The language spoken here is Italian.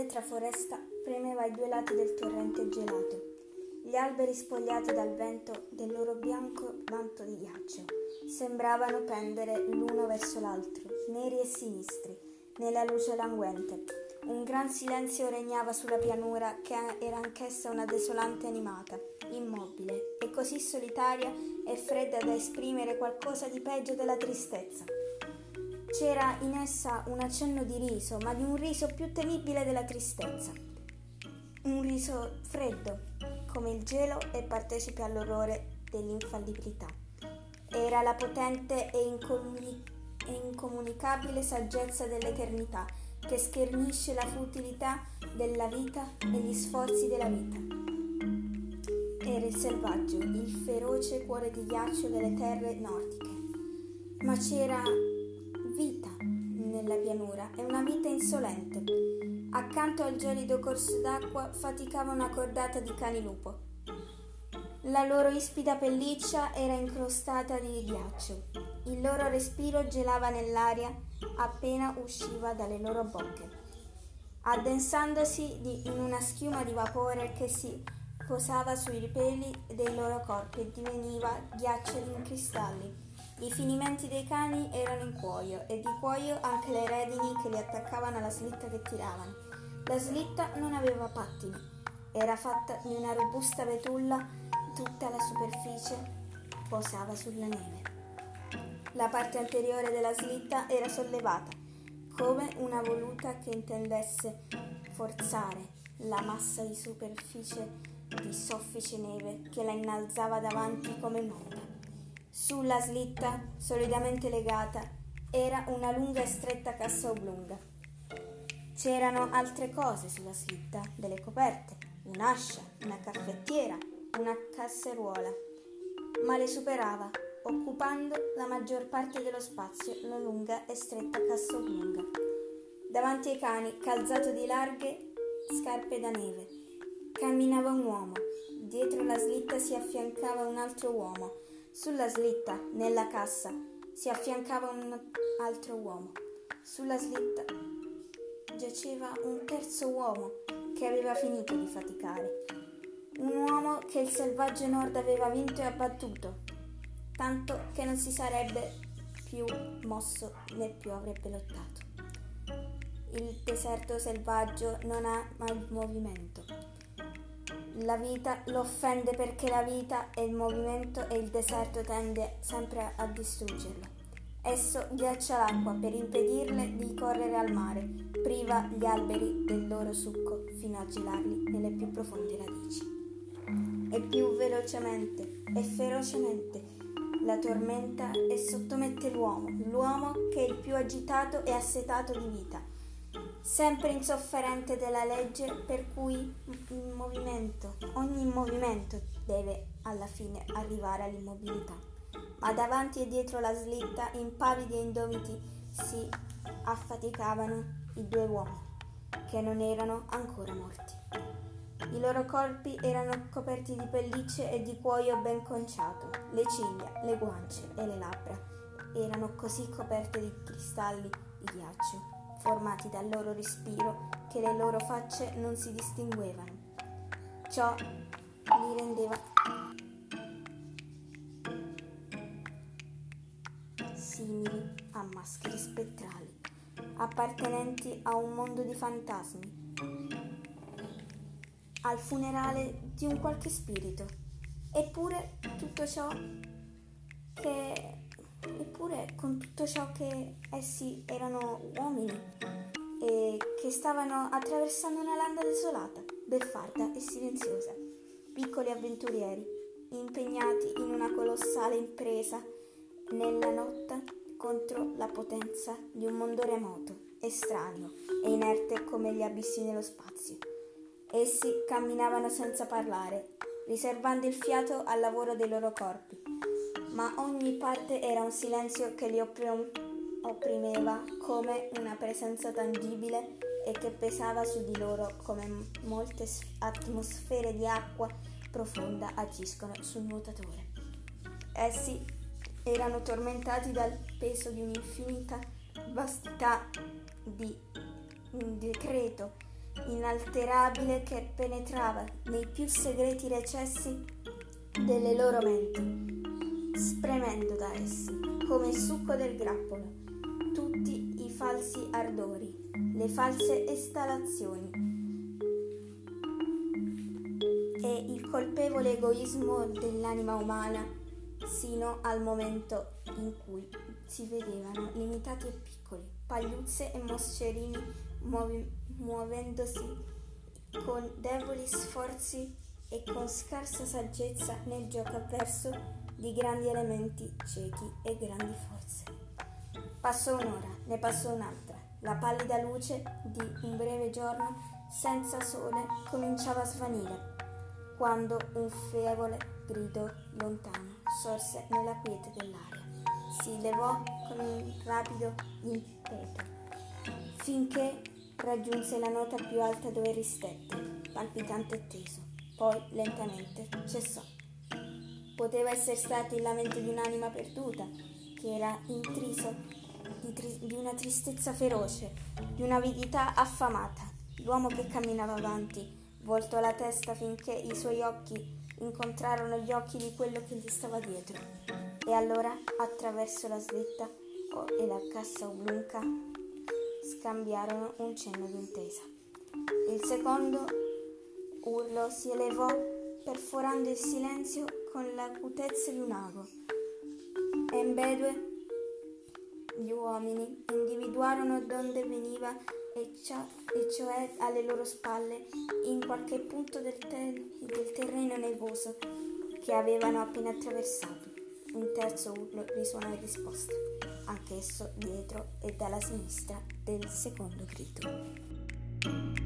vetra foresta premeva ai due lati del torrente gelato. Gli alberi spogliati dal vento del loro bianco manto di ghiaccio sembravano pendere l'uno verso l'altro, neri e sinistri, nella luce languente. Un gran silenzio regnava sulla pianura, che era anch'essa una desolante animata, immobile e così solitaria e fredda da esprimere qualcosa di peggio della tristezza. C'era in essa un accenno di riso, ma di un riso più temibile della tristezza. Un riso freddo, come il gelo e partecipe all'orrore dell'infallibilità. Era la potente e incomunicabile saggezza dell'eternità, che schernisce la futilità della vita e gli sforzi della vita. Era il selvaggio, il feroce cuore di ghiaccio delle terre nordiche. Ma c'era vita nella pianura, e una vita insolente. Accanto al gelido corso d'acqua faticava una cordata di cani lupo. La loro ispida pelliccia era incrostata di ghiaccio. Il loro respiro gelava nell'aria appena usciva dalle loro bocche, addensandosi in una schiuma di vapore che si posava sui peli dei loro corpi e diveniva ghiaccio in cristalli. I finimenti dei cani erano in cuoio, e di cuoio anche le redini che li attaccavano alla slitta che tiravano. La slitta non aveva pattini, era fatta di una robusta betulla, tutta la superficie posava sulla neve. La parte anteriore della slitta era sollevata, come una voluta che intendesse forzare la massa di superficie di soffice neve che la innalzava davanti come un'onda. Sulla slitta, solidamente legata, era una lunga e stretta cassa oblunga. C'erano altre cose sulla slitta, delle coperte, un'ascia, una caffettiera, una casseruola, ma le superava, occupando la maggior parte dello spazio la lunga e stretta cassa oblunga. Davanti ai cani, calzato di larghe scarpe da neve, camminava un uomo. Dietro la slitta si affiancava un altro uomo. Sulla slitta, nella cassa, si affiancava un altro uomo. Sulla slitta giaceva un terzo uomo che aveva finito di faticare. Un uomo che il selvaggio nord aveva vinto e abbattuto, tanto che non si sarebbe più mosso né più avrebbe lottato. Il deserto selvaggio non ha mai movimento. La vita lo offende perché la vita è il movimento e il deserto tende sempre a distruggerlo. Esso ghiaccia l'acqua per impedirle di correre al mare, priva gli alberi del loro succo fino a gelarli nelle più profonde radici. E più velocemente e ferocemente la tormenta e sottomette l'uomo che è il più agitato e assetato di vita, sempre insofferente della legge per cui ogni movimento deve alla fine arrivare all'immobilità. Ma davanti e dietro la slitta, impavidi e indomiti, si affaticavano i due uomini, che non erano ancora morti. I loro corpi erano coperti di pellicce e di cuoio ben conciato. Le ciglia, le guance e le labbra erano così coperte di cristalli di ghiaccio, formati dal loro respiro, che le loro facce non si distinguevano. Ciò li rendeva simili a maschere spettrali, appartenenti a un mondo di fantasmi, al funerale di un qualche spirito. Eppure con tutto ciò che essi erano uomini e che stavano attraversando una landa desolata, beffarda e silenziosa, piccoli avventurieri, impegnati in una colossale impresa nella notte contro la potenza di un mondo remoto, estraneo e inerte come gli abissi nello spazio. Essi camminavano senza parlare, riservando il fiato al lavoro dei loro corpi, ma ogni parte era un silenzio che li opprimeva come una presenza tangibile e che pesava su di loro come molte atmosfere di acqua profonda agiscono sul nuotatore. Essi erano tormentati dal peso di un'infinita vastità di un decreto inalterabile che penetrava nei più segreti recessi delle loro menti, spremendo da essi, come il succo del grappolo, tutti i falsi ardori, le false estalazioni e il colpevole egoismo dell'anima umana, sino al momento in cui si vedevano limitati e piccoli, pagliuzze e moscerini muovendosi con deboli sforzi e con scarsa saggezza nel gioco avverso di grandi elementi ciechi e grandi forze. Passò un'ora, ne passò un'altra. La pallida luce di un breve giorno senza sole cominciava a svanire, quando un fievole grido lontano sorse nella quiete dell'aria. Si levò con un rapido impeto, finché raggiunse la nota più alta dove ristette, palpitante e teso. Poi lentamente cessò. Poteva essere stato il lamento di un'anima perduta, che era intriso di una tristezza feroce, di un'avidità affamata. L'uomo che camminava avanti voltò la testa finché i suoi occhi incontrarono gli occhi di quello che gli stava dietro, e allora attraverso la slitta e la cassa oblunca scambiarono un cenno d'intesa. Il secondo urlo si elevò perforando il silenzio con l'acutezza di un ago. E ambedue gli uomini individuarono donde veniva, e cioè alle loro spalle, in qualche punto del terreno nevoso che avevano appena attraversato. Un terzo urlo risuonò in risposta, anch'esso dietro e dalla sinistra del secondo grido.